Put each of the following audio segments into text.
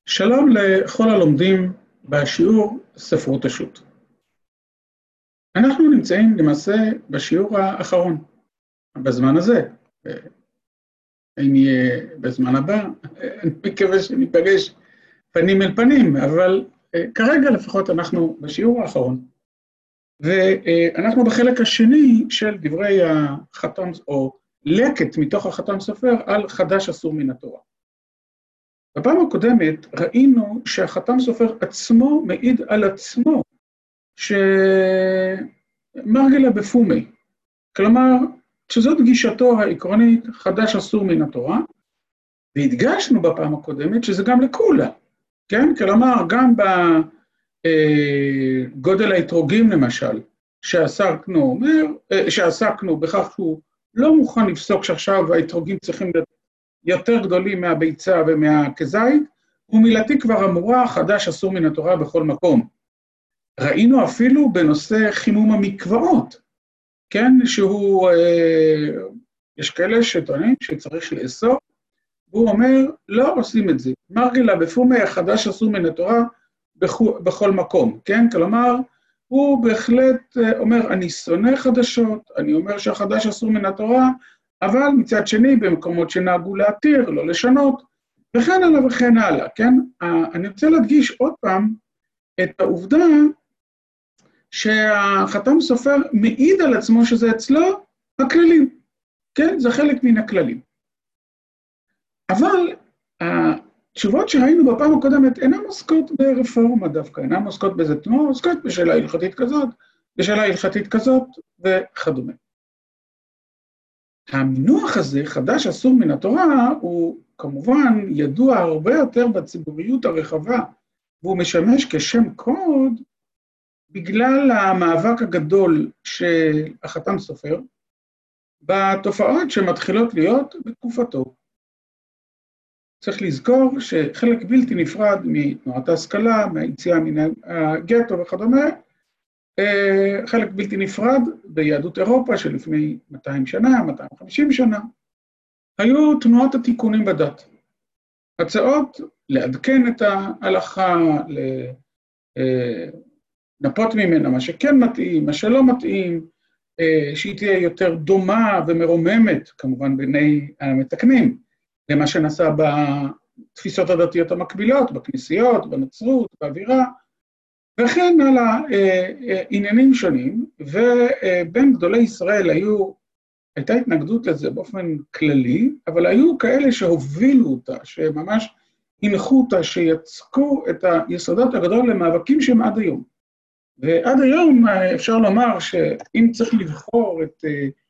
שלום לכל הלומדים בשיעור ספרות השו"ת. אנחנו נמצאים למעשה בשיעור האחרון, בזמן הזה. אם יהיה בזמן הבא, אני מקווה שניפגש פנים אל פנים, אבל כרגע לפחות אנחנו בשיעור האחרון. ואנחנו בחלק השני של דברי החתם, או לקט מתוך החתם סופר, על חדש אסור מן התורה. בפעם הקודמת ראינו שהחתם סופר עצמו מעיד על עצמו שמרגלה בפומי, כלומר שזאת גישתו העקרונית חדש אסור מן התורה, והדגשנו בפעם הקודמת שזה גם לכולה, כן? כלומר גם בגודל האתרוגים למשל, שעסקנו בכך שהוא לא מוכן לפסוק שעכשיו האתרוגים צריכים להיות יותר גדולים מהביצה ומהכזית, ומילתי כבר אמורה, חדש אסור מן התורה בכל מקום. ראינו אפילו בנושא חימום המקוואות, כן, שהוא, יש כאלה שטוענים שצריך לאסור, והוא אומר, לא עושים את זה. מרגלה בפומי החדש אסור מן התורה בכל מקום, כן? כלומר, הוא בהחלט אומר, אני שונא חדשות, אני אומר שהחדש אסור מן התורה, אבל מצד שני, במקומות שנהגו להתיר, לא לשנות, וכן הלאה וכן הלאה, כן? אני רוצה להדגיש עוד פעם את העובדה שהחתם סופר מעיד על עצמו שזה אצלו הכללים, כן? זה חלק מן הכללים. אבל התשובות שראינו בפעם הקודמת אינן עוסקות ברפורמה דווקא, אינן עוסקות בזה תנועה, עוסקות בשאלה הלכתית כזאת, בשאלה הלכתית כזאת וכדומה. המינוח הזה, חדש אסור מן התורה, הוא כמובן ידוע הרבה יותר בציבוריות הרחבה, והוא משמש כשם קוד בגלל המאבק הגדול של החתם סופר, בתופעות שמתחילות להיות בתקופתו. צריך לזכור שחלק בלתי נפרד מתנועת ההשכלה, מהיציאה מן הגטו וכדומה, חלק בלתי נפרד ביהדות אירופה שלפני 200 שנה, 250 שנה, היו תנועות התיקונים בדת. הצעות לעדכן את ההלכה, לנפות ממנה מה שכן מתאים, מה שלא מתאים, שהיא תהיה יותר דומה ומרוממת, כמובן בעיני המתקנים, למה שנעשה בתפיסות הדתיות המקבילות, בכנסיות, בנצרות, באווירה, וכן על העניינים שונים, ובין גדולי ישראל הייתה התנגדות לזה באופן כללי, אבל היו כאלה שהובילו אותה, שממש הנחו אותה, שיצקו את היסודות הגדול למאבקים שהם עד היום. ועד היום אפשר לומר שאם צריך לבחור את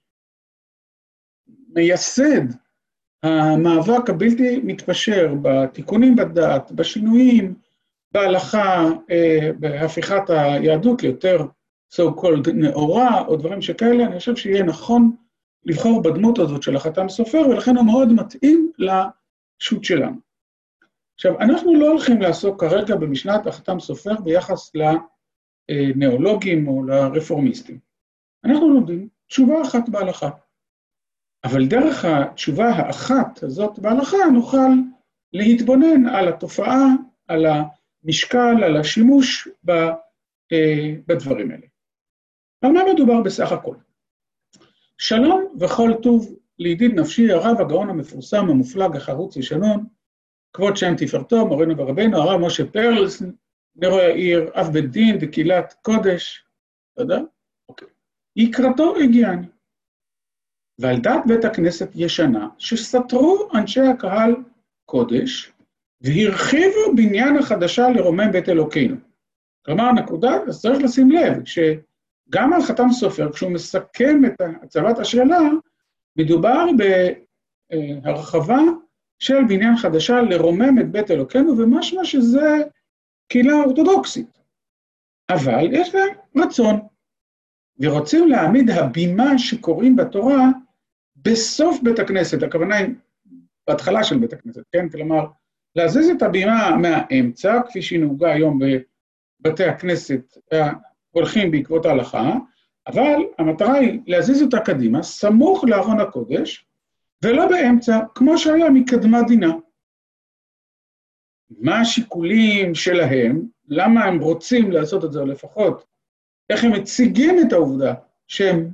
מייסד המאבק הבלתי מתפשר בתיקונים בדת, בשינויים, בהלכה, בהפיכת היהדות ליותר so called נאורה, או דברים שכאלה, אני חושב שיהיה נכון לבחור בדמות הזאת של החתם סופר, ולכן הוא מאוד מתאים לשו"ת שלנו. עכשיו, אנחנו לא הולכים לעסוק כרגע במשנת החתם סופר ביחס לנאולוגים או לרפורמיסטים. אנחנו לומדים תשובה אחת בהלכה. אבל דרך התשובה האחת הזאת בהלכה נוכל להתבונן על התופעה, על המשקל, על השימוש בדברים האלה. על מה מדובר בסך הכל? שלום וכל טוב לידיד נפשי, הרב הגאון המפורסם, המופלג, החרוץ ושנון, כבוד שם תפארתו, מורנו ורבנו, הרב משה פרלס, נרו יאיר, אב בית דין, דקהילת קודש, אתה יודע? אוקיי. יקרתו הגיעני. ועל דעת בית הכנסת ישנה, שסתרו אנשי הקהל קודש, והרחיבו בניין החדשה לרומם בית אלוקינו. כלומר, נקודה, אז צריך לשים לב, שגם על חתם סופר, כשהוא מסכם את הצבת השאלה, מדובר בהרחבה של בניין חדשה לרומם את בית אלוקינו, ומשמע שזה קהילה אורתודוקסית. אבל יש להם רצון, ורוצים להעמיד הבימה שקוראים בתורה בסוף בית הכנסת, הכוונה היא בהתחלה של בית הכנסת, כן? כלומר, להזיז את הבימה מהאמצע, כפי שהיא נהוגה היום בבתי הכנסת הולכים בעקבות ההלכה, אבל המטרה היא להזיז אותה קדימה, סמוך לארון הקודש, ולא באמצע, כמו שהיה מקדמת דינה. מה השיקולים שלהם, למה הם רוצים לעשות את זה, או לפחות איך הם מציגים את העובדה שהם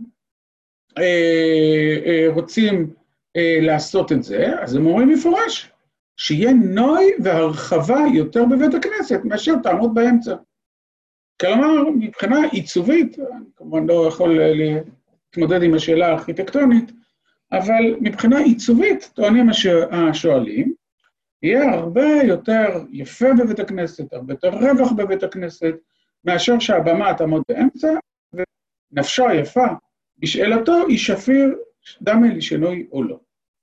רוצים לעשות את זה, אז הם אומרים מפורש, שיהיה נוי והרחבה יותר בבית הכנסת, מאשר תעמוד באמצע. כלומר, מבחינה עיצובית, אני כמובן לא יכול להתמודד עם השאלה הארכיטקטונית, אבל מבחינה עיצובית, טוענים השואלים, יהיה הרבה יותר יפה בבית הכנסת, הרבה יותר רווח בבית הכנסת, מאשר שהבמה תעמוד באמצע, ונפשה יפה, בשאלתו היא שפיר דמה לשינוי או לא.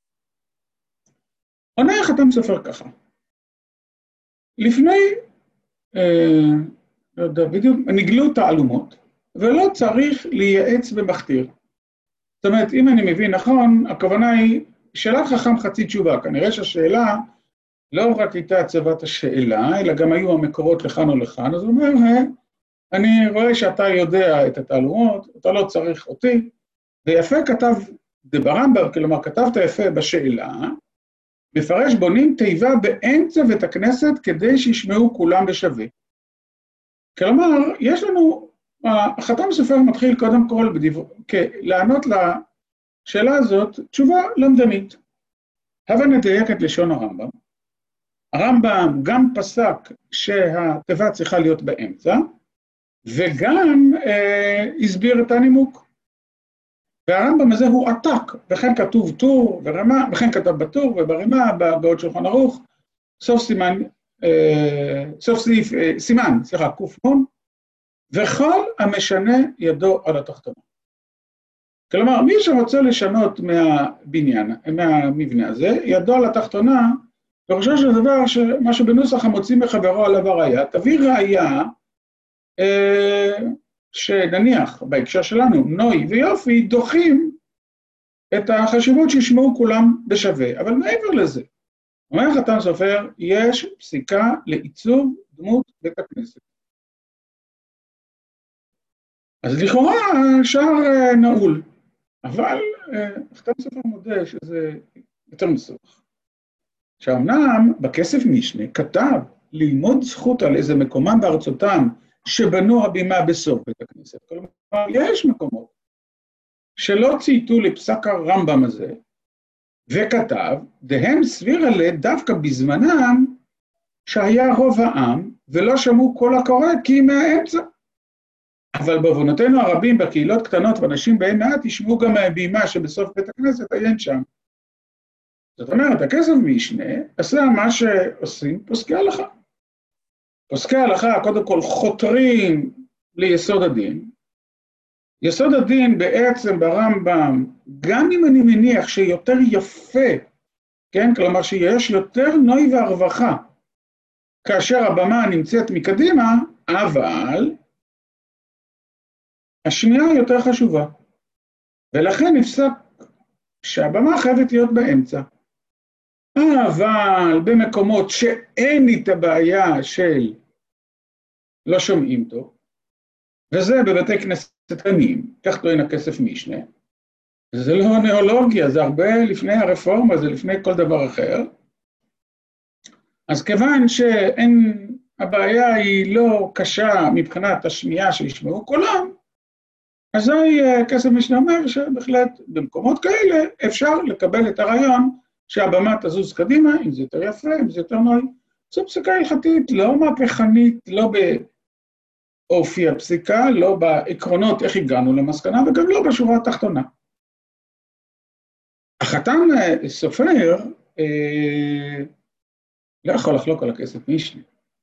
עונה החתם סופר ככה. לפני, לא יודע, בדיוק, נגלו תעלומות, ולא צריך לייעץ במכתיר. זאת אומרת, אם אני מבין נכון, הכוונה היא, שאלת חכם חצי תשובה. כנראה שהשאלה לא רק הייתה הצבת השאלה, אלא גם היו המקורות לכאן או לכאן, אז הוא אומר, אני רואה שאתה יודע את התעלומות, אתה לא צריך אותי, ויפה כתב ברמב"ם, כלומר כתבת יפה בשאלה, מפרש בונים תיבה באמצע בית הכנסת כדי שישמעו כולם בשווה. כלומר, יש לנו, החתם סופר מתחיל קודם כל לענות לשאלה הזאת, תשובה למדנית. הבה נדייק את לשון הרמב"ם. הרמב"ם גם פסק שהתיבה צריכה להיות באמצע, וגם הסביר את הנימוק. והרמב"ם הזה הוא עתק, וכן כתוב טור ורמה, וכן כתב בטור וברמה, בהגאות שולחן ערוך, סוף סימן, ק"מ, וכל המשנה ידו על התחתונה. כלומר, מי שרוצה לשנות מהמבנה הזה, ידו על התחתונה, ורשו של דבר שמה שבנוסח המוצאים מחברו עליו הראיה, תביא ראיה שנניח בהקשר שלנו, נוי ויופי, דוחים את החשיבות שישמעו כולם בשווה. אבל מעבר לזה, אומר החתם סופר, יש פסיקה לעיצוב דמות בית הכנסת. אז לכאורה שער נעול, אבל החתם סופר מודה שזה יותר מסובך. שאומנם בכסף משנה כתב ללמוד זכות על איזה מקומם בארצותם שבנו הבימה בסוף בית הכנסת. כלומר, יש מקומות שלא צייתו לפסק הרמב"ם הזה, וכתב, דהם סבירה דווקא בזמנם שהיה רוב העם, ולא שמעו כל הקורא כי מהאמצע. אבל בעוונותינו הרבים בקהילות קטנות ואנשים בהם מעט, ישמעו גם מהבימה שבסוף בית הכנסת עיין שם. זאת אומרת, הכסף משנה עשה מה שעושים פוסקי הלכה. פוסקי ההלכה קודם כל חותרים ליסוד הדין. יסוד הדין בעצם ברמב"ם, גם אם אני מניח שיותר יפה, כן? כלומר שיש יותר נוי והרווחה, כאשר הבמה נמצאת מקדימה, אבל השנייה יותר חשובה. ולכן נפסק שהבמה חייבת להיות באמצע. אבל במקומות שאין לי את הבעיה של לא שומעים טוב, וזה בבתי כנסת קטנים, כך טוען הכסף משנה, זה לא ניאולוגיה, זה הרבה לפני הרפורמה, זה לפני כל דבר אחר. אז כיוון שאין, הבעיה היא לא קשה מבחינת השמיעה שישמעו כולם, אזי כסף משנה אומר שבהחלט במקומות כאלה אפשר לקבל את הרעיון שהבמה תזוז קדימה, אם זה יותר יפה, אם זה יותר נוי. זו פסיקה הלכתית, לא מהפכנית, לא באופי הפסיקה, לא בעקרונות איך הגענו למסקנה, וגם לא בשורה התחתונה. החתם סופר לא יכול לחלוק על הכסף משנה.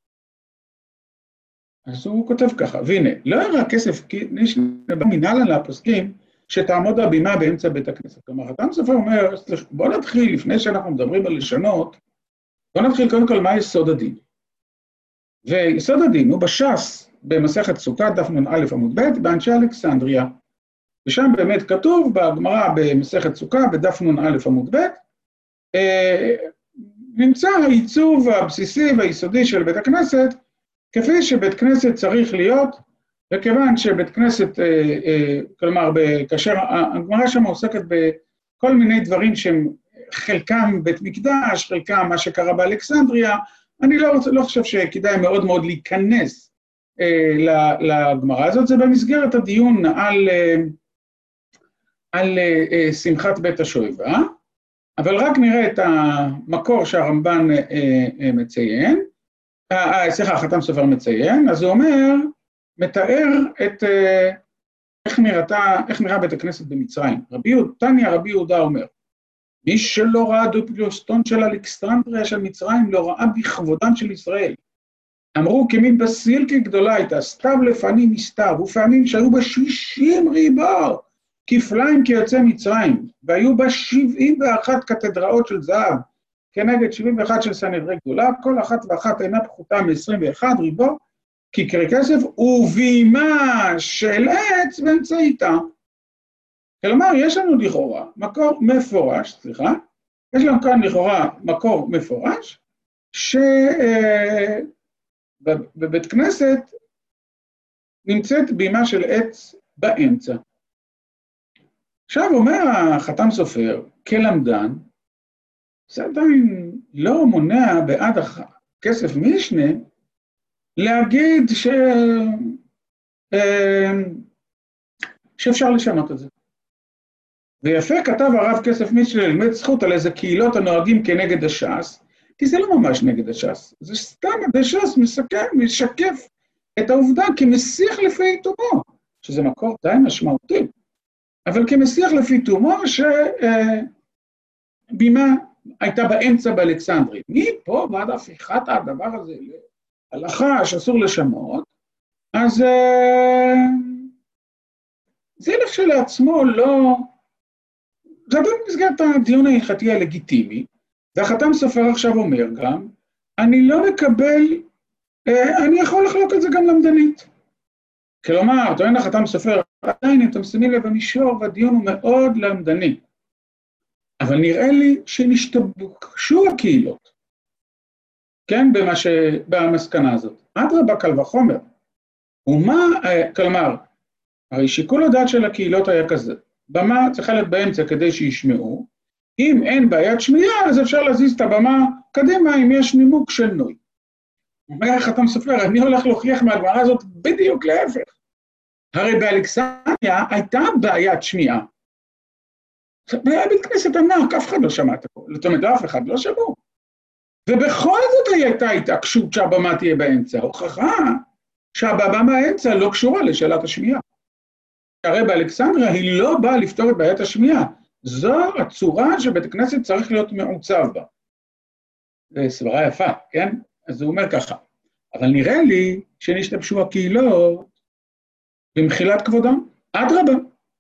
אז הוא כותב ככה, והנה, לא יראה הכסף משנה במנהל על הפוסקים, שתעמוד הבימה באמצע בית הכנסת. כלומר, החתם סופר אומר, בוא נתחיל, לפני שאנחנו מדברים על לשונות, בוא נתחיל קודם כל מה יסוד הדין. ויסוד הדין הוא בש"ס, במסכת סוכה, דף נ"א עמוד ב', באנשי אלכסנדריה. ושם באמת כתוב, בגמרא במסכת סוכה, בדף נ"א עמוד ב', נמצא העיצוב הבסיסי והיסודי של בית הכנסת, כפי שבית כנסת צריך להיות, וכיוון שבית כנסת, כלומר, כאשר הגמרא שם עוסקת בכל מיני דברים שהם חלקם בית מקדש, חלקם מה שקרה באלכסנדריה, אני לא חושב שכדאי מאוד מאוד להיכנס לגמרא הזאת, זה במסגרת הדיון על שמחת בית השואבה, אבל רק נראה את המקור שהרמב"ן מציין, סליחה, החתם סופר מציין, אז הוא אומר, מתאר את איך נראה בית הכנסת במצרים. תניא רבי יהודה אומר, מי שלא ראה דופילוסטון של אלכסנדריה של מצרים, לא ראה בכבודם של ישראל. אמרו כמין בסילקי גדולה הייתה, סתיו לפנים מסתיו, ופעמים שהיו בה 60 ריבו, כפליים כיוצא מצרים, והיו בה 71 קתדראות של זהב, כנגד 71 של סנהדרי גדולה, כל אחת ואחת אינה פחותה מ-21 ריבו, ככרי כסף, ובימה של עץ באמצעיתה. כלומר, יש לנו לכאורה מקור מפורש, יש לנו כאן לכאורה מקור מפורש, שבבית כנסת נמצאת בימה של עץ באמצע. עכשיו אומר החתם סופר, כלמדן, זה עדיין לא מונע בעד הכסף משנה, להגיד שאפשר לשנות את זה. ויפה כתב הרב כסף משנה ללמד זכות על איזה קהילות הנוהגים כנגד הש"ס, כי זה לא ממש נגד הש"ס, זה סתם הש"ס משקף את העובדה כמסיח לפי תומו, שזה מקור די משמעותי, אבל כמסיח לפי תומו שבימה הייתה באמצע באלכסנדרי. מפה ועד הפיכת הדבר הזה להלכה שאסור לשמות, אז זה לכשלעצמו לא... זה במסגרת הדיון ההלכתי הלגיטימי, והחתם סופר עכשיו אומר גם, אני לא מקבל, אני יכול לחלוק את זה גם למדנית. כלומר, טוען החתם סופר, עדיין אם אתם שמים לב במישור, והדיון הוא מאוד למדני. אבל נראה לי שנשתבשו הקהילות, כן, במסקנה הזאת. אדרבה קל וחומר. ומה, כלומר, הרי שיקול הדעת של הקהילות היה כזה, במה צריכה להיות באמצע כדי שישמעו, אם אין בעיית שמיעה, אז אפשר להזיז את הבמה קדימה אם יש נימוק של נוי. אומר החתם סופר, אני הולך להוכיח מהגמרא הזאת בדיוק להפך. הרי באלכסנדריה הייתה בעיית שמיעה. היה בית כנסת ענק, אף אחד לא שמע את הכל, זאת אומרת, אף אחד לא שמעו. ובכל זאת הייתה התעקשות שהבמה תהיה באמצע, הוכחה שהבמה באמצע לא קשורה לשאלת השמיעה. הרי באלכסנדריה היא לא באה לפתור את בעיית השמיעה, זו הצורה שבית הכנסת צריך להיות מעוצב בה. זו סברה יפה, כן? אז הוא אומר ככה, אבל נראה לי שנשתבשו הקהילות במחילת כבודם, אדרבה.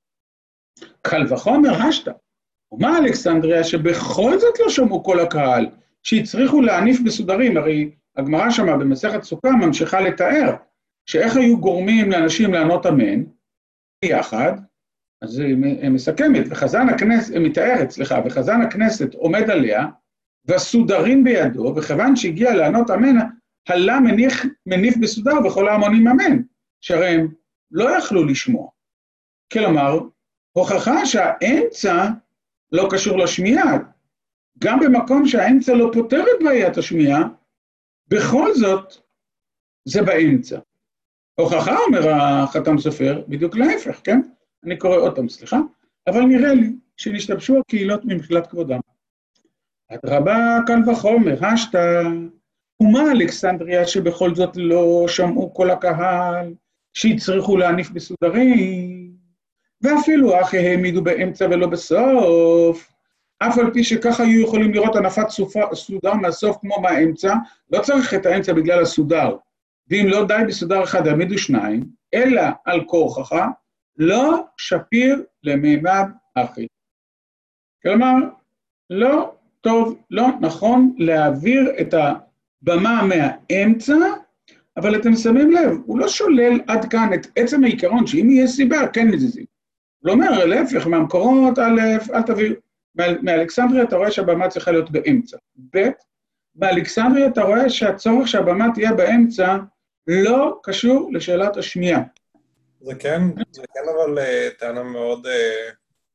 קל וחומר השתא. ומה אלכסנדריה שבכל זאת לא שמעו כל הקהל, שהצריכו להניף בסודרים, הרי הגמרא שמה במסכת סוכה ממשיכה לתאר, שאיך היו גורמים לאנשים לענות אמן, ביחד, אז היא מסכמת, וחזן הכנסת, מתארת, וחזן הכנסת עומד עליה, והסודרים בידו, וכיוון שהגיע לענות אמן, הלה מניף בסודר וכל ההמונים אמן, שהרי הם לא יכלו לשמוע. כלומר, הוכחה שהאמצע לא קשור לשמיעה, גם במקום שהאמצע לא פותר את בעיית השמיעה, בכל זאת זה באמצע. הוכחה, אומר החתם סופר, בדיוק להפך, כן? אני קורא עוד פעם, סליחה, אבל נראה לי שנשתבשו הקהילות ממחילת כבודם. אדרבה קל וחומר, השתא, ומה אלכסנדריה שבכל זאת לא שמעו כל הקהל, שהצריכו להניף בסודרים, ואפילו אחי העמידו באמצע ולא בסוף, אף על פי שככה היו יכולים לראות הנפת סודר מהסוף כמו מהאמצע, לא צריך את האמצע בגלל הסודר, ואם לא די בסודר אחד העמידו שניים, אלא על כורחך, לא שפיר למימד אחי. כלומר, לא טוב, לא נכון להעביר את הבמה מהאמצע, אבל אתם שמים לב, הוא לא שולל עד כאן את עצם העיקרון, שאם יהיה סיבה, כן מזיזים. הוא אומר, להפך, מהמקורות, א', אל תביא, מאלכסנדריה אתה רואה שהבמה צריכה להיות באמצע. ב', באלכסנדריה אתה רואה שהצורך שהבמה תהיה באמצע, לא קשור לשאלת השמיעה. זה כן אבל טענה מאוד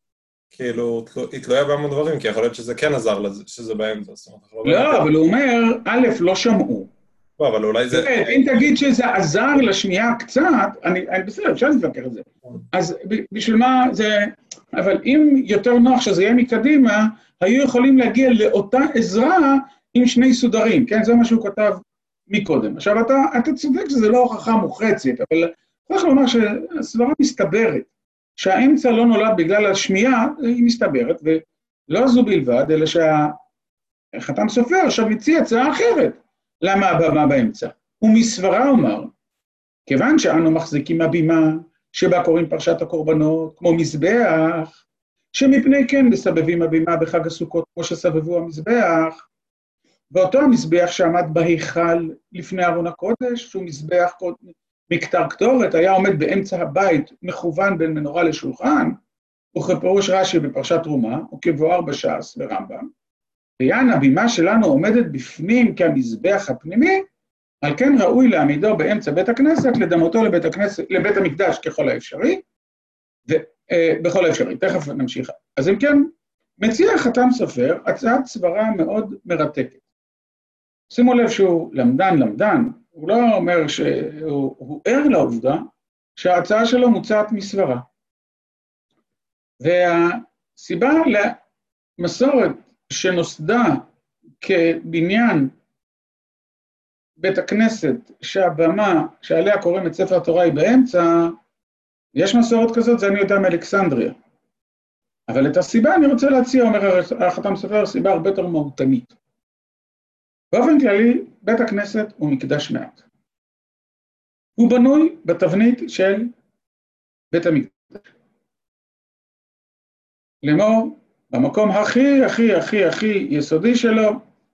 כאילו, היא תלויה בהמון דברים, כי יכול להיות שזה כן עזר לזה, שזה באמצע, זאת אומרת, לא, אבל הוא אומר, א', לא שמעו. לא, אבל אולי זה... אם תגיד שזה עזר לשמיעה קצת, אני בסדר, אפשר להתווכח את זה. אז בשביל מה זה... אבל אם יותר נוח שזה יהיה מקדימה, היו יכולים להגיע לאותה עזרה עם שני סודרים, כן? זה מה שהוא כתב מקודם. עכשיו, אתה צודק שזה לא הוכחה מוחצת, אבל צריך לומר שהסברה מסתברת, שהאמצע לא נולד בגלל השמיעה, היא מסתברת, ולא זו בלבד, אלא שהחתם סופר עכשיו מציע הצעה אחרת. למה הבמה באמצע? ומסברה אומר, כיוון שאנו מחזיקים הבימה, שבה קוראים פרשת הקורבנות, כמו מזבח, שמפני כן מסבבים הבימה בחג הסוכות, כמו שסבבו המזבח, ואותו המזבח שעמד בהיכל לפני ארון הקודש, שהוא מזבח מקטר קטורת, היה עומד באמצע הבית, מכוון בין מנורה לשולחן, וכפירוש רש"י בפרשת תרומה, וכבואר בש"ס ברמב"ם, ויען הבימה שלנו עומדת בפנים כמזבח הפנימי, על כן ראוי להעמידו באמצע בית הכנסת, לדמותו לבית המקדש ככל האפשרי, ובכל האפשרי, תכף נמשיך. אז אם כן, מציע חתם סופר הצעת סברה מאוד מרתקת. שימו לב שהוא למדן, הוא לא אומר שהוא ער לעובדה שההצעה שלו מוצעת מסברה. והסיבה למסורת שנוסדה כבניין בית הכנסת שהבמה שעליה קוראים את ספר התורה היא באמצע, יש מסורת כזאת, זה אני יודע מאלכסנדריה. אבל את הסיבה אני רוצה להציע, אומר החתם סופר, סיבה הרבה יותר מהותנית. באופן כללי, בית הכנסת הוא מקדש מעט. הוא בנוי בתבנית של בית המקדש. לאמור, במקום הכי יסודי שלו,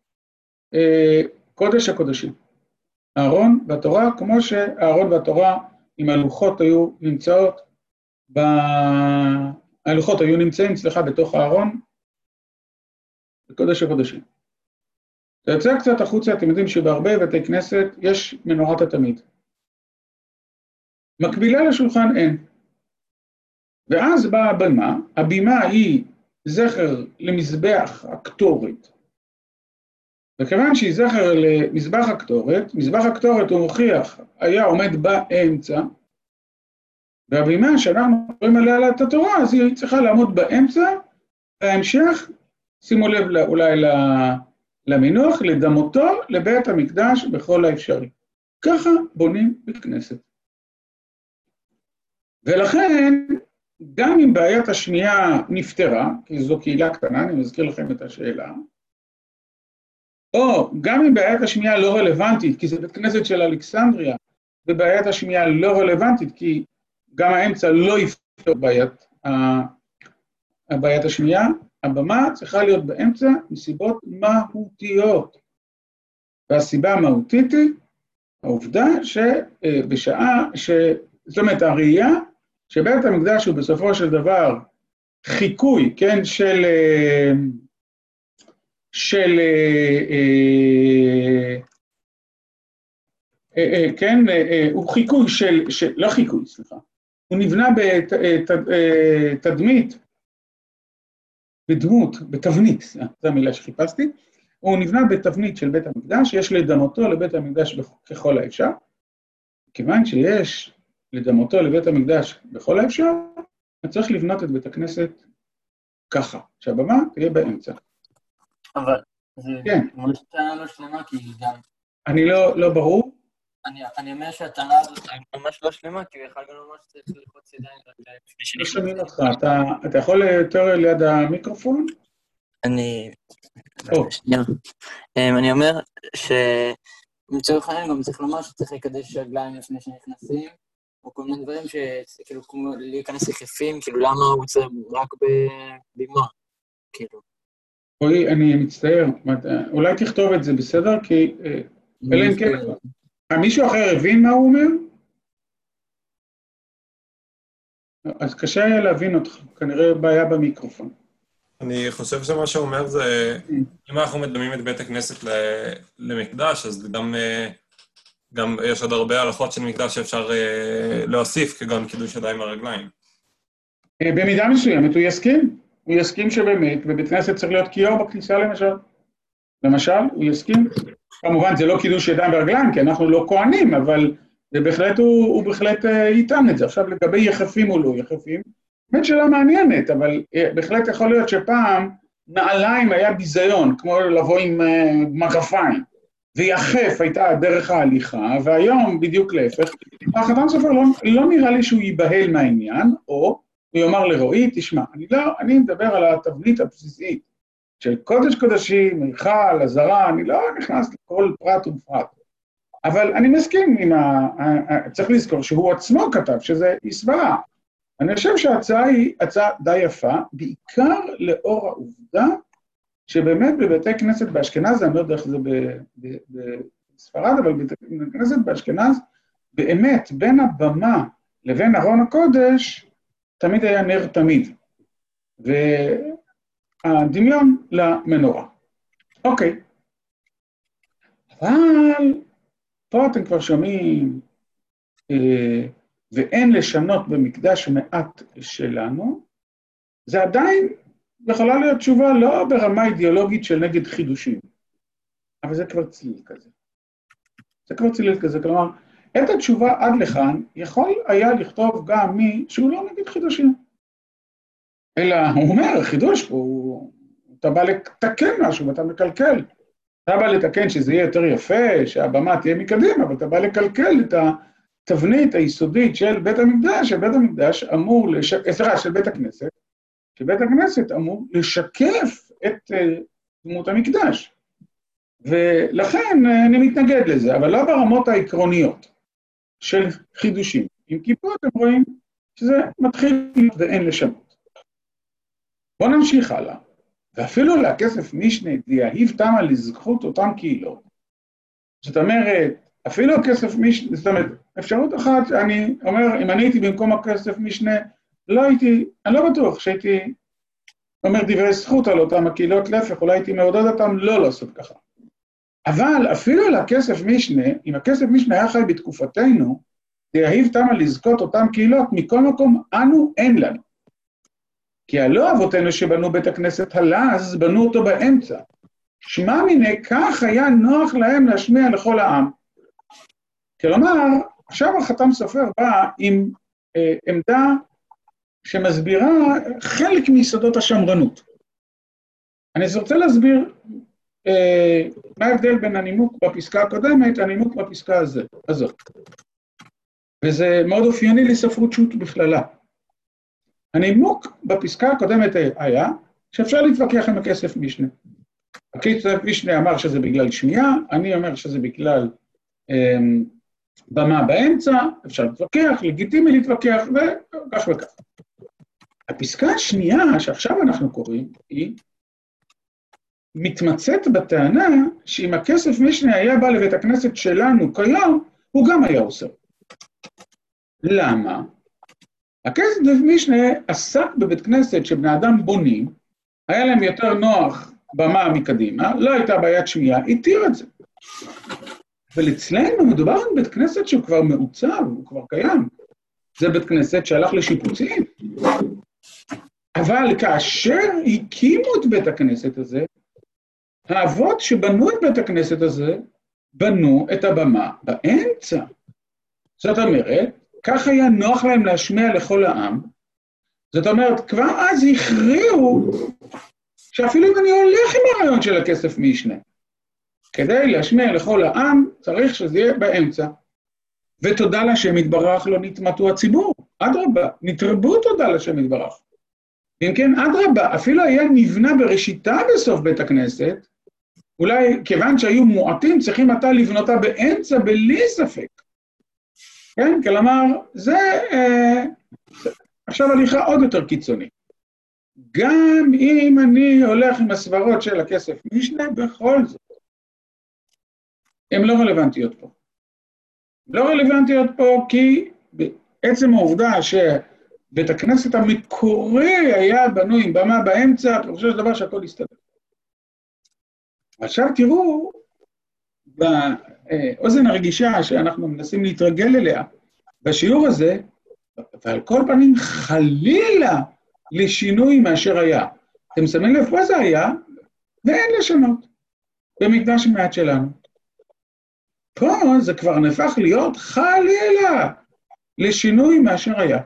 קודש הקודשים. הארון והתורה, כמו שהארון והתורה עם הלוחות היו נמצאות, הלוחות היו נמצאים, בתוך הארון, בקודש הקודשים. אתה יוצא קצת החוצה, אתם יודעים שבהרבה בתי כנסת יש מנורת התמיד. מקבילה לשולחן אין. ואז באה הבמה, הבימה היא זכר למזבח הקטורת. וכיוון שהיא זכר למזבח הקטורת, מזבח הקטורת הוא מוכיח, היה עומד באמצע, והבימה שאנחנו רואים עליה את התורה, אז היא צריכה לעמוד באמצע, בהמשך, שימו לב אולי למינוח, לדמותו לבית המקדש בכל האפשרי. ככה בונים בית כנסת. ולכן, גם אם בעיית השנייה נפתרה, כי זו קהילה קטנה, אני מזכיר לכם את השאלה, או גם אם בעיית השמיעה לא רלוונטית, כי זה בית כנסת של אלכסנדריה, ובעיית השמיעה לא רלוונטית, כי גם האמצע לא יפתור בעיית השמיעה, הבמה צריכה להיות באמצע מסיבות מהותיות. והסיבה המהותית היא העובדה שבשעה, זאת אומרת, הראייה שבית המקדש הוא בסופו של דבר חיקוי, כן, כן, הוא חיקוי לא חיקוי, סליחה, הוא נבנה בתדמית, בתבנית, זו המילה שחיפשתי, הוא נבנה בתבנית של בית המקדש, יש לדמותו לבית המקדש ככל האפשר, כיוון שיש לדמותו לבית המקדש בכל האפשר, צריך לבנות את בית הכנסת ככה, שהבמה תהיה באמצע. אבל זה ממש טענה לא שלמה, כי גם... אני לא ברור. אני אומר שהטענה הזאת ממש לא שלמה, כי הוא יכול גם ממש צריך ללחוץ ידיים לפני לא שומעים אותך, אתה יכול יותר ליד המיקרופון? אני אומר שמצורך העניין גם צריך לומר שצריך לקדש רגליים לפני שנכנסים, או כל מיני דברים שכאילו כמו להיכנס יחפים, כאילו למה הוא צריך רק בבימה, כאילו. רועי, אני מצטער, אולי תכתוב את זה בסדר, כי אלא אם כן, מישהו אחר הבין מה הוא אומר? אז קשה היה להבין אותך, כנראה בעיה במיקרופון. אני חושב שמה שהוא אומר זה, אם אנחנו מדמים את בית הכנסת למקדש, אז גם יש עוד הרבה הלכות של מקדש שאפשר להוסיף, כגון קידוש ידיים ברגליים. במידה מסוימת הוא יסכים. הוא יסכים שבאמת, בבית כנסת צריך להיות כיור בכניסה למשל, הוא יסכים. כמובן, זה לא קידוש ידיים ורגליים, כי אנחנו לא כהנים, אבל זה בהחלט, הוא בהחלט ייתן את זה. עכשיו, לגבי יחפים או לא יחפים, באמת שאלה מעניינת, אבל בהחלט יכול להיות שפעם נעליים היה ביזיון, כמו לבוא עם מגפיים, ויחף הייתה דרך ההליכה, והיום בדיוק להפך. החתן סופר לא נראה לי שהוא ייבהל מהעניין, או הוא יאמר לרועי, תשמע, אני מדבר על התבנית הבסיסית של קודש קודשים, מיכל, הזרה, אני לא נכנס לכל פרט ופרט. אבל אני מסכים עם צריך לזכור שהוא עצמו כתב, שזה הסברה. אני חושב שההצעה היא הצעה די יפה, בעיקר לאור העובדה, שבאמת בבתי כנסת באשכנז, אני לא יודע איך זה בספרד, אבל בבתי כנסת באשכנז, באמת בין הבמה לבין ארון הקודש, תמיד היה נר תמיד. והדמיון למנורה. אוקיי. אבל פה אתם כבר שומעים, ואין לשנות במקדש מעט שלנו, זה עדיין יכולה להיות תשובה לא ברמה אידיאולוגית של נגד חידושים, אבל זה כבר צליל כזה. זה כבר צליל כזה, כלומר, את התשובה עד לכאן יכול היה לכתוב גם מי שהוא לא נגד חידושים. אלא הוא אומר, חידוש פה, אתה בא לתקן משהו ואתה מקלקל. אתה בא לתקן שזה יהיה יותר יפה, שהבמה תהיה מקדימה, אבל אתה בא לקלקל את התבנית היסודית של בית המקדש, שבית המקדש אמור, של בית הכנסת, שבית הכנסת אמור לשקף את דמות המקדש. ולכן אני מתנגד לזה, אבל לא ברמות העקרוניות של חידושים. עם כיפות אתם רואים שזה מתחיל ואין לשנות. בואו נמשיך הלאה. ואפילו לכסף משנה יהיב תמה לזכות אותם קהילות. זאת אומרת, אפילו הכסף משנה, זאת אומרת, אפשרות אחת, אני אומר, אם אני הייתי במקום הכסף משנה, אני לא בטוח שהייתי אומר דברי זכות על אותם הקהילות, להפך, אולי הייתי מעודד אותם לא לעשות ככה. אבל אפילו לכסף משנה, אם הכסף משנה היה חי בתקופתנו, יהיב תמה לזכות אותם קהילות, מכל מקום אנו אין לנו. כי הלא אבותינו שבנו בית הכנסת הלז, בנו אותו באמצע. שמע מיני, כך היה נוח להם להשמיע לכל העם. כלומר, עכשיו החתם סופר בא עם עמדה שמסבירה חלק מיסודות השמרנות. אני רוצה להסביר מה ההבדל בין הנימוק בפסקה הקודמת, הנימוק בפסקה הזאת. וזה מאוד אופייני לספרות שו"ת בכללה. הנימוק בפסקה הקודמת היה שאפשר להתווכח עם הכסף משנה. הכסף משנה אמר שזה בגלל שמיעה, אני אומר שזה בגלל במה באמצע, אפשר להתווכח, לגיטימי להתווכח, וכך וכך. הפסקה השנייה שעכשיו אנחנו קוראים, היא מתמצאת בטענה שאם הכסף משנה היה בא לבית הכנסת שלנו כיום, הוא גם היה עושה. למה? הכסף משנה עסק בבית כנסת שבני אדם בונים, היה להם יותר נוח במה מקדימה, לא הייתה בעיית שמיעה, התיר את זה. אבל אצלנו מדובר על בית כנסת שהוא כבר מעוצב, הוא כבר קיים. זה בית כנסת שהלך לשיפוצים. אבל כאשר הקימו את בית הכנסת הזה, האבות שבנו את בית הכנסת הזה, בנו את הבמה באמצע. זאת אומרת, כך היה נוח להם להשמיע לכל העם. זאת אומרת, כבר אז הכריעו שאפילו אם אני הולך עם הרעיון של הכסף משנה, כדי להשמיע לכל העם, צריך שזה יהיה באמצע. ותודה לשם יתברך לא נתמעטו הציבור. אדרבה, נתרבו תודה לשם יתברך. אם כן, אדרבה, אפילו היה נבנה בראשיתה בסוף בית הכנסת, אולי כיוון שהיו מועטים, צריכים אתה לבנותה באמצע בלי ספק. כן? כלומר, זה עכשיו הליכה עוד יותר קיצוני. גם אם אני הולך עם הסברות של הכסף משנה, בכל זאת, הן לא רלוונטיות פה. לא רלוונטיות פה כי בעצם העובדה שבית הכנסת המקורי היה בנוי עם במה באמצע, אני חושב שזה דבר שהכל יסתדר. עכשיו תראו, באוזן הרגישה שאנחנו מנסים להתרגל אליה, בשיעור הזה, ועל כל פנים חלילה לשינוי מאשר היה. אתם שמים לב, פה זה היה, ואין לשנות, במקדש מעט שלנו. פה זה כבר נהפך להיות חלילה, לשינוי מאשר היה.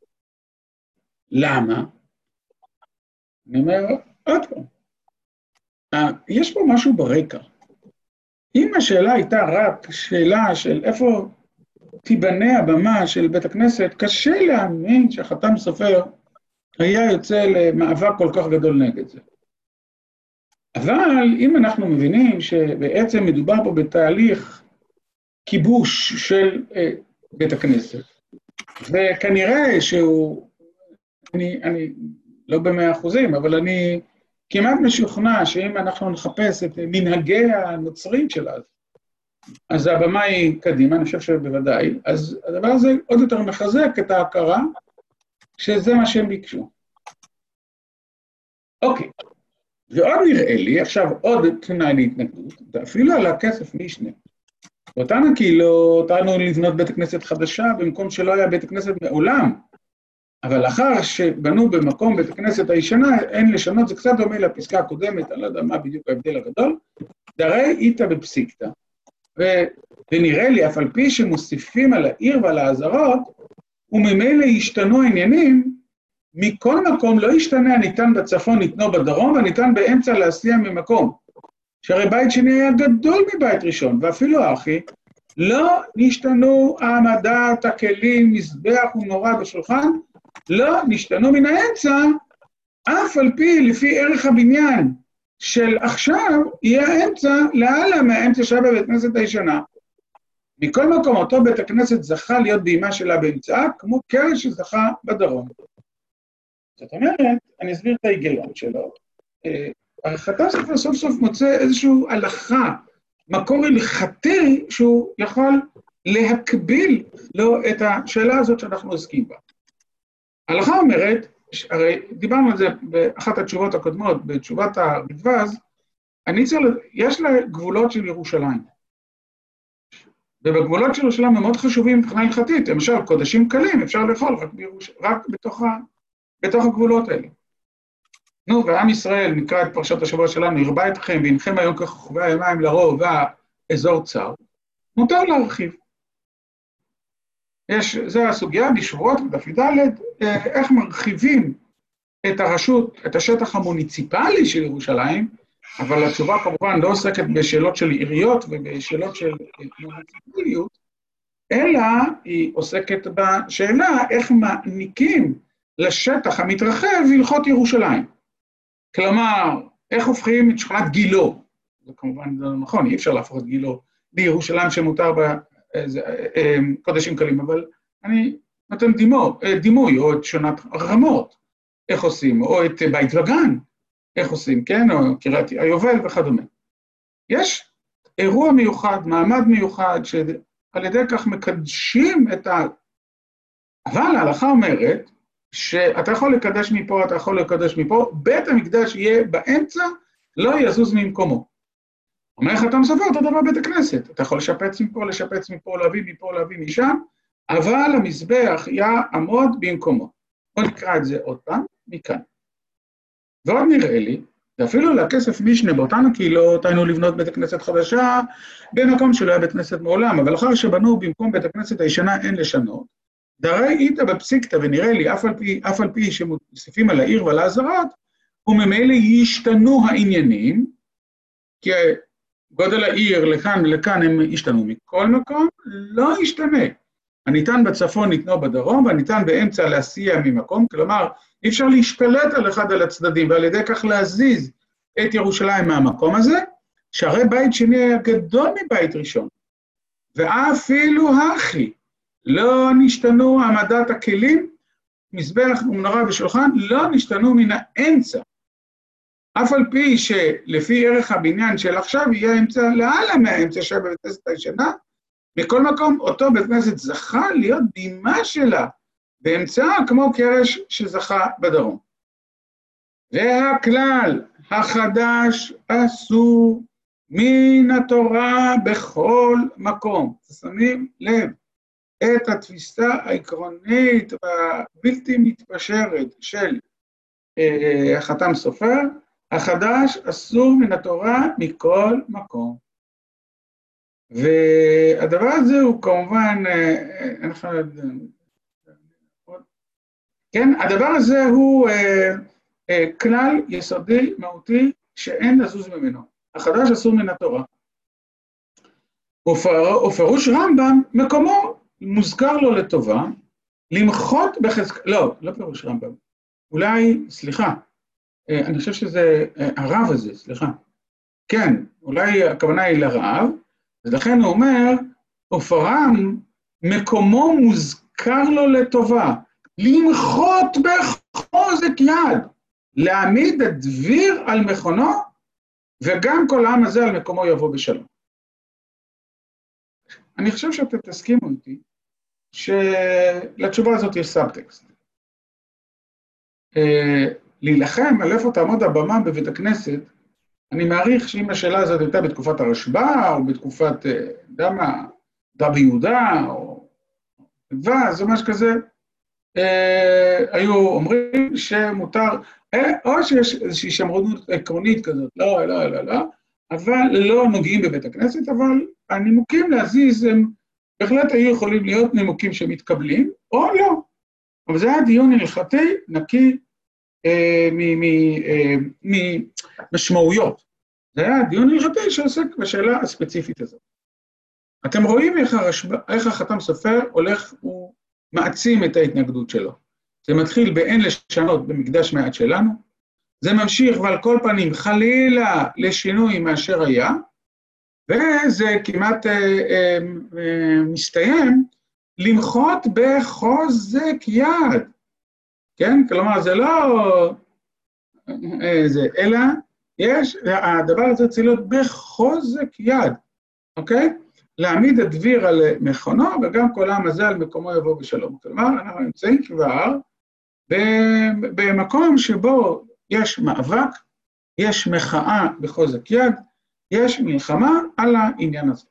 למה? אני אומר, עוד פעם, יש פה משהו ברקע. אם השאלה הייתה רק שאלה של איפה תיבנה הבמה של בית הכנסת, קשה להאמין שהחתם סופר היה יוצא למאבק כל כך גדול נגד זה. אבל אם אנחנו מבינים שבעצם מדובר פה בתהליך כיבוש של בית הכנסת, וכנראה שהוא, אני לא ב100%, אבל אני כמעט משוכנע שאם אנחנו נחפש את מנהגי הנוצרים של אז הבמה היא קדימה, אני חושב שבוודאי, אז הדבר הזה עוד יותר מחזק את ההכרה שזה מה שהם ביקשו. אוקיי, ועוד נראה לי, עכשיו עוד תנאי להתנגדות, ואפילו על הכסף משנה. אותנו כאילו, אותנו לבנות בית הכנסת חדשה, במקום שלא היה בית הכנסת מעולם, אבל לאחר שבנו במקום בית הכנסת הישנה, אין לשנות, זה קצת דומה לפסקה הקודמת, אני לא יודע מה בדיוק ההבדל הגדול, דרי איתה בפסיקתא, ונראה לי, אף על פי שמוסיפים על העיר ועל העזרות, וממילא ישתנו העניינים, מכל מקום לא ישתנה הניתן בצפון, ניתנו בדרום, והניתן באמצע להסיע ממקום. שהרי בית שני היה גדול מבית ראשון, ואפילו אחי, לא נשתנו העמדת הכלים, מזבח ומנורה בשולחן, לא נשתנו מן האמצע, אף על פי לפי ערך הבניין של עכשיו, יהיה האמצע להעלה מהאמצע שהיה בבית הכנסת הישנה. מכל מקום, אותו בית הכנסת זכה להיות בימה שלה באמצעה, כמו קרש שזכה בדרום. זאת אומרת, אני אסביר את ההיגיון שלו. החתם סופר סוף סוף מוצא איזושהי הלכה, מקור הלכתי שהוא יכול להקביל לו את השאלה הזאת שאנחנו עוסקים בה. ההלכה אומרת, הרי דיברנו על זה באחת התשובות הקודמות, בתשובת הרדווז, יש לה גבולות של ירושלים. ובגבולות של ירושלים הם מאוד חשובים מבחינה הלכתית, למשל קודשים קלים, אפשר לאכול רק בתוך הגבולות האלה. נו, ועם ישראל, נקרא את פרשת השבוע שלנו, ירבה אתכם, והנכם היום ככוכבי הימיים לרוב, והאזור צר, מותר להרחיב. זו הסוגיה בשבועות, בדף י"ד, איך מרחיבים את הרשות, את השטח המוניציפלי של ירושלים, אבל התשובה כמובן לא עוסקת בשאלות של עיריות ובשאלות של מוניציפליות, אלא היא עוסקת בשאלה איך מעניקים לשטח המתרחב הלכות ירושלים. כלומר, איך הופכים את שכונת גילו, זה כמובן לא נכון, אי אפשר להפוך את גילו לירושלים שמותר קודשים קלים, אבל אני נותן דימוי, או את שונת רמות, איך עושים, או את בית וגן, איך עושים, כן, או קריית היובל וכדומה. יש אירוע מיוחד, מעמד מיוחד, שעל ידי כך מקדשים את אבל ההלכה אומרת, שאתה יכול לקדש מפה, אתה יכול לקדש מפה, בית המקדש יהיה באמצע, לא יזוז ממקומו. אומר לך, אתה מספר אותו דבר בית הכנסת, אתה יכול לשפץ מפה, לשפץ מפה, להביא מפה, להביא משם, אבל המזבח יעמוד במקומו. בוא נקרא את זה עוד פעם, מכאן. ועוד נראה לי, ואפילו לכסף משנה באותנו קהילות, היינו לבנות בית הכנסת חדשה, במקום שלא היה בית הכנסת מעולם, אבל אחר שבנו במקום בית הכנסת הישנה אין לשנות, דרי איתה בפסיקתא, ונראה לי, אף על פי שמוסיפים על העיר ועל העזרות, וממילא ישתנו העניינים, כי גודל העיר לכאן ולכאן הם ישתנו מכל מקום, לא ישתנה. הניתן בצפון ניתנו בדרום, והניתן באמצע להסיע ממקום, כלומר, אי אפשר להשתלט על אחד על הצדדים, ועל ידי כך להזיז את ירושלים מהמקום הזה, שהרי בית שני היה גדול מבית ראשון, ואפילו הכי, לא נשתנו העמדת הכלים, מזבח ומנורה ושולחן, לא נשתנו מן האמצע. אף על פי שלפי ערך הבניין של עכשיו, יהיה אמצע להעלה מהאמצע שהיה בבית הכנסת הישנה, מכל מקום אותו בית כנסת זכה להיות בימה שלה, באמצעה כמו קרש שזכה בדרום. והכלל החדש אסור מן התורה בכל מקום. שמים לב את התפיסה העקרונית והבלתי מתפשרת של החתם סופר, החדש אסור מן התורה מכל מקום. והדבר הזה הוא כמובן, כן, הדבר הזה הוא כלל יסודי מהותי שאין לזוז ממנו. החדש אסור מן התורה. ופירוש רמב"ם, מקומו מוזכר לו לטובה, למחות בחזקה, לא פירוש רמב"ם, אולי, סליחה, אני חושב שזה הרב הזה, סליחה. כן, אולי הכוונה היא לרב, ולכן הוא אומר, ופרם, מקומו מוזכר לו לטובה, למחות בחוזק יד, להעמיד הדביר על מכונו, וגם כל העם הזה על מקומו יבוא בשלום. אני חושב שאתם תסכימו איתי, שלתשובה הזאת יש סאבטקסט. להילחם על איפה תעמוד הבמה בבית הכנסת, אני מעריך שאם השאלה הזאת הייתה בתקופת הרשב"א, או בתקופת דבי יהודה, או ואז, או משהו כזה, היו אומרים שמותר, או שיש איזושהי שמרנות עקרונית כזאת, לא, אבל לא נוגעים בבית הכנסת, אבל הנימוקים להזיז הם בהחלט היו יכולים להיות נימוקים שמתקבלים, או לא. אבל זה היה דיון הלכתי נקי ממשמעויות. זה היה דיון הלכתי שעוסק בשאלה הספציפית הזאת. אתם רואים איך החתם סופר הולך ומעצים את ההתנגדות שלו. זה מתחיל באין לשנות במקדש מעט שלנו, זה ממשיך ועל כל פנים חלילה לשינוי מאשר היה, וזה כמעט מסתיים למחות בחוזק יד. כן? כלומר, זה לא זה, אלא יש, הדבר הזה צריך להיות בחוזק יד, אוקיי? להעמיד הדביר על מכונו, וגם כל העם הזה על מקומו יבוא בשלום. כלומר, אנחנו נמצאים כבר במקום שבו יש מאבק, יש מחאה בחוזק יד, יש מלחמה על העניין הזה.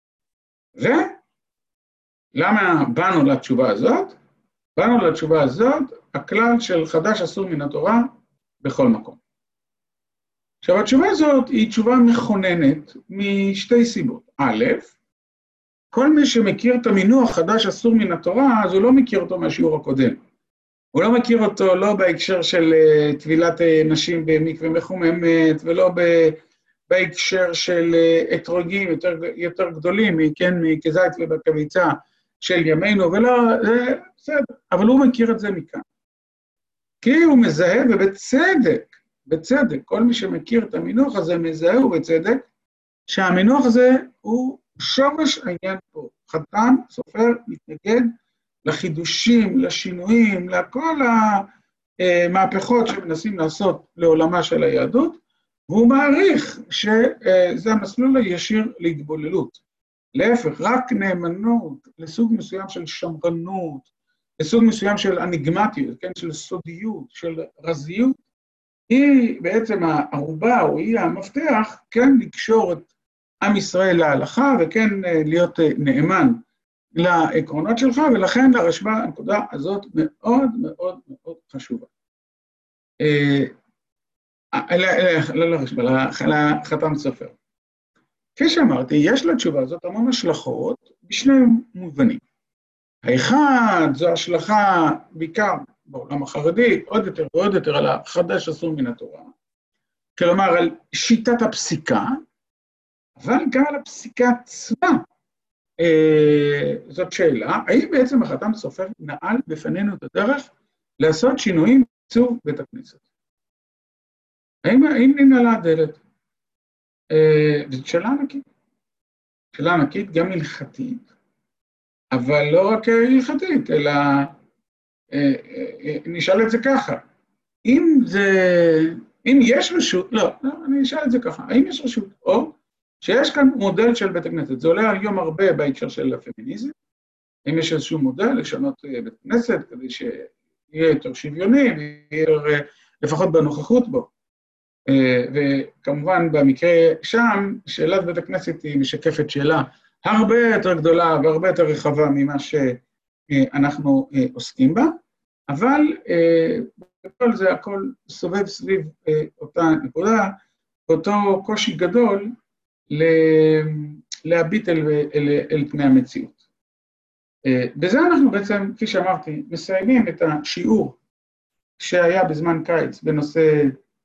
ולמה באנו לתשובה הזאת? באנו לתשובה הזאת, הכלל של חדש אסור מן התורה בכל מקום. עכשיו, התשובה הזאת היא תשובה מכוננת משתי סיבות. א', כל מי שמכיר את המינוח חדש אסור מן התורה, אז הוא לא מכיר אותו מהשיעור הקודם. הוא לא מכיר אותו לא בהקשר של טבילת נשים במקווה מחוממת, ולא בהקשר של אתרוגים יותר גדולים, כן, מכזית ובקביצה של ימינו, ולא, זה בסדר, אבל הוא מכיר את זה מכאן. כי הוא מזהה, בצדק, כל מי שמכיר את המינוח הזה מזהה ובצדק, שהמינוח הזה הוא שורש העניין פה. חתם סופר מתנגד לחידושים, לשינויים, לכל המהפכות שמנסים לעשות לעולמה של היהדות, והוא מעריך שזה המסלול הישיר להתבוללות. להפך, רק נאמנות לסוג מסוים של שמרנות, לסוג מסוים של אניגמטיות, כן, של סודיות, של רזיות, היא בעצם הערובה, או היא המפתח, כן לקשור את עם ישראל להלכה, וכן להיות נאמן לעקרונות שלך, ולכן לרשב"א הנקודה הזאת מאוד מאוד מאוד חשובה. לא לרשב"א, לחתם סופר. כפי שאמרתי, יש לתשובה הזאת המון השלכות בשני מובנים. האחד, זו השלכה בעיקר בעולם החרדי, עוד יותר ועוד יותר על החדש אסור מן התורה, כלומר על שיטת הפסיקה, אבל גם על הפסיקה עצמה. זאת שאלה, האם בעצם החתם סופר נעל בפנינו את הדרך לעשות שינויים בעיצוב בית הכנסת? האם ננעלה הדלת? זאת שאלה ענקית. שאלה ענקית גם הלכתית, אבל לא רק הלכתית, אלא נשאל את זה ככה. אם יש רשות, לא, אני אשאל את זה ככה, האם יש רשות? או שיש כאן מודל של בית הכנסת, זה עולה היום הרבה בהקשר של הפמיניזם, אם יש איזשהו מודל לשנות בית הכנסת, כדי שיהיה יותר שוויוני, ויהיה לפחות בנוכחות בו. וכמובן במקרה שם, שאלת בית הכנסת היא משקפת שאלה הרבה יותר גדולה והרבה יותר רחבה ממה שאנחנו עוסקים בה, אבל בכל זה הכל סובב סביב אותה נקודה, אותו קושי גדול להביט אל פני המציאות. בזה אנחנו בעצם, כפי שאמרתי, מסיימים את השיעור שהיה בזמן קיץ בנושא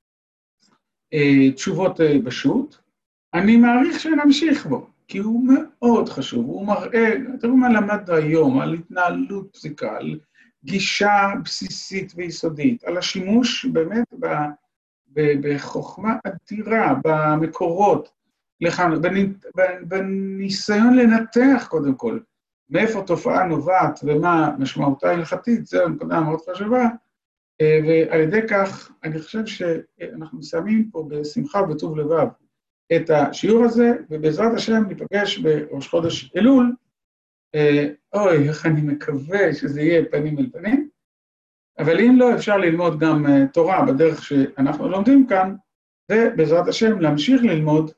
תשובות בשו"ת. אני מעריך שנמשיך בו, כי הוא מאוד חשוב, הוא מראה, תראו מה למדנו היום, על התנהלות פסיקה, על גישה בסיסית ויסודית, על השימוש באמת בחוכמה אדירה, במקורות, בניסיון לנתח קודם כל, מאיפה תופעה נובעת ומה משמעותה הלכתית, זו נקודה מאוד חשובה, ועל ידי כך אני חושב שאנחנו מסיימים פה בשמחה ובטוב לבב את השיעור הזה, ובעזרת השם ניפגש בראש חודש אלול, אוי, איך אני מקווה שזה יהיה פנים אל פנים, אבל אם לא, אפשר ללמוד גם תורה בדרך שאנחנו לומדים כאן, ובעזרת השם להמשיך ללמוד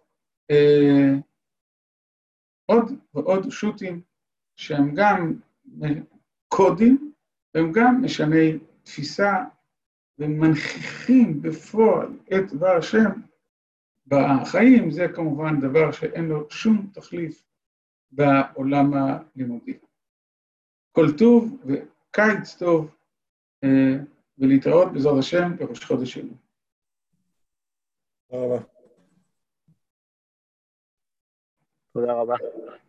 עוד ועוד שו"תים שהם גם קודים, והם גם משני תפיסה, ומנכיחים בפועל את דבר השם בחיים. זה כמובן דבר שאין לו שום תחליף בעולם הלימודי. כל טוב וקיץ טוב, ולהתראות בעזרת השם בראש חודש אלול. תודה רבה. תודה רבה.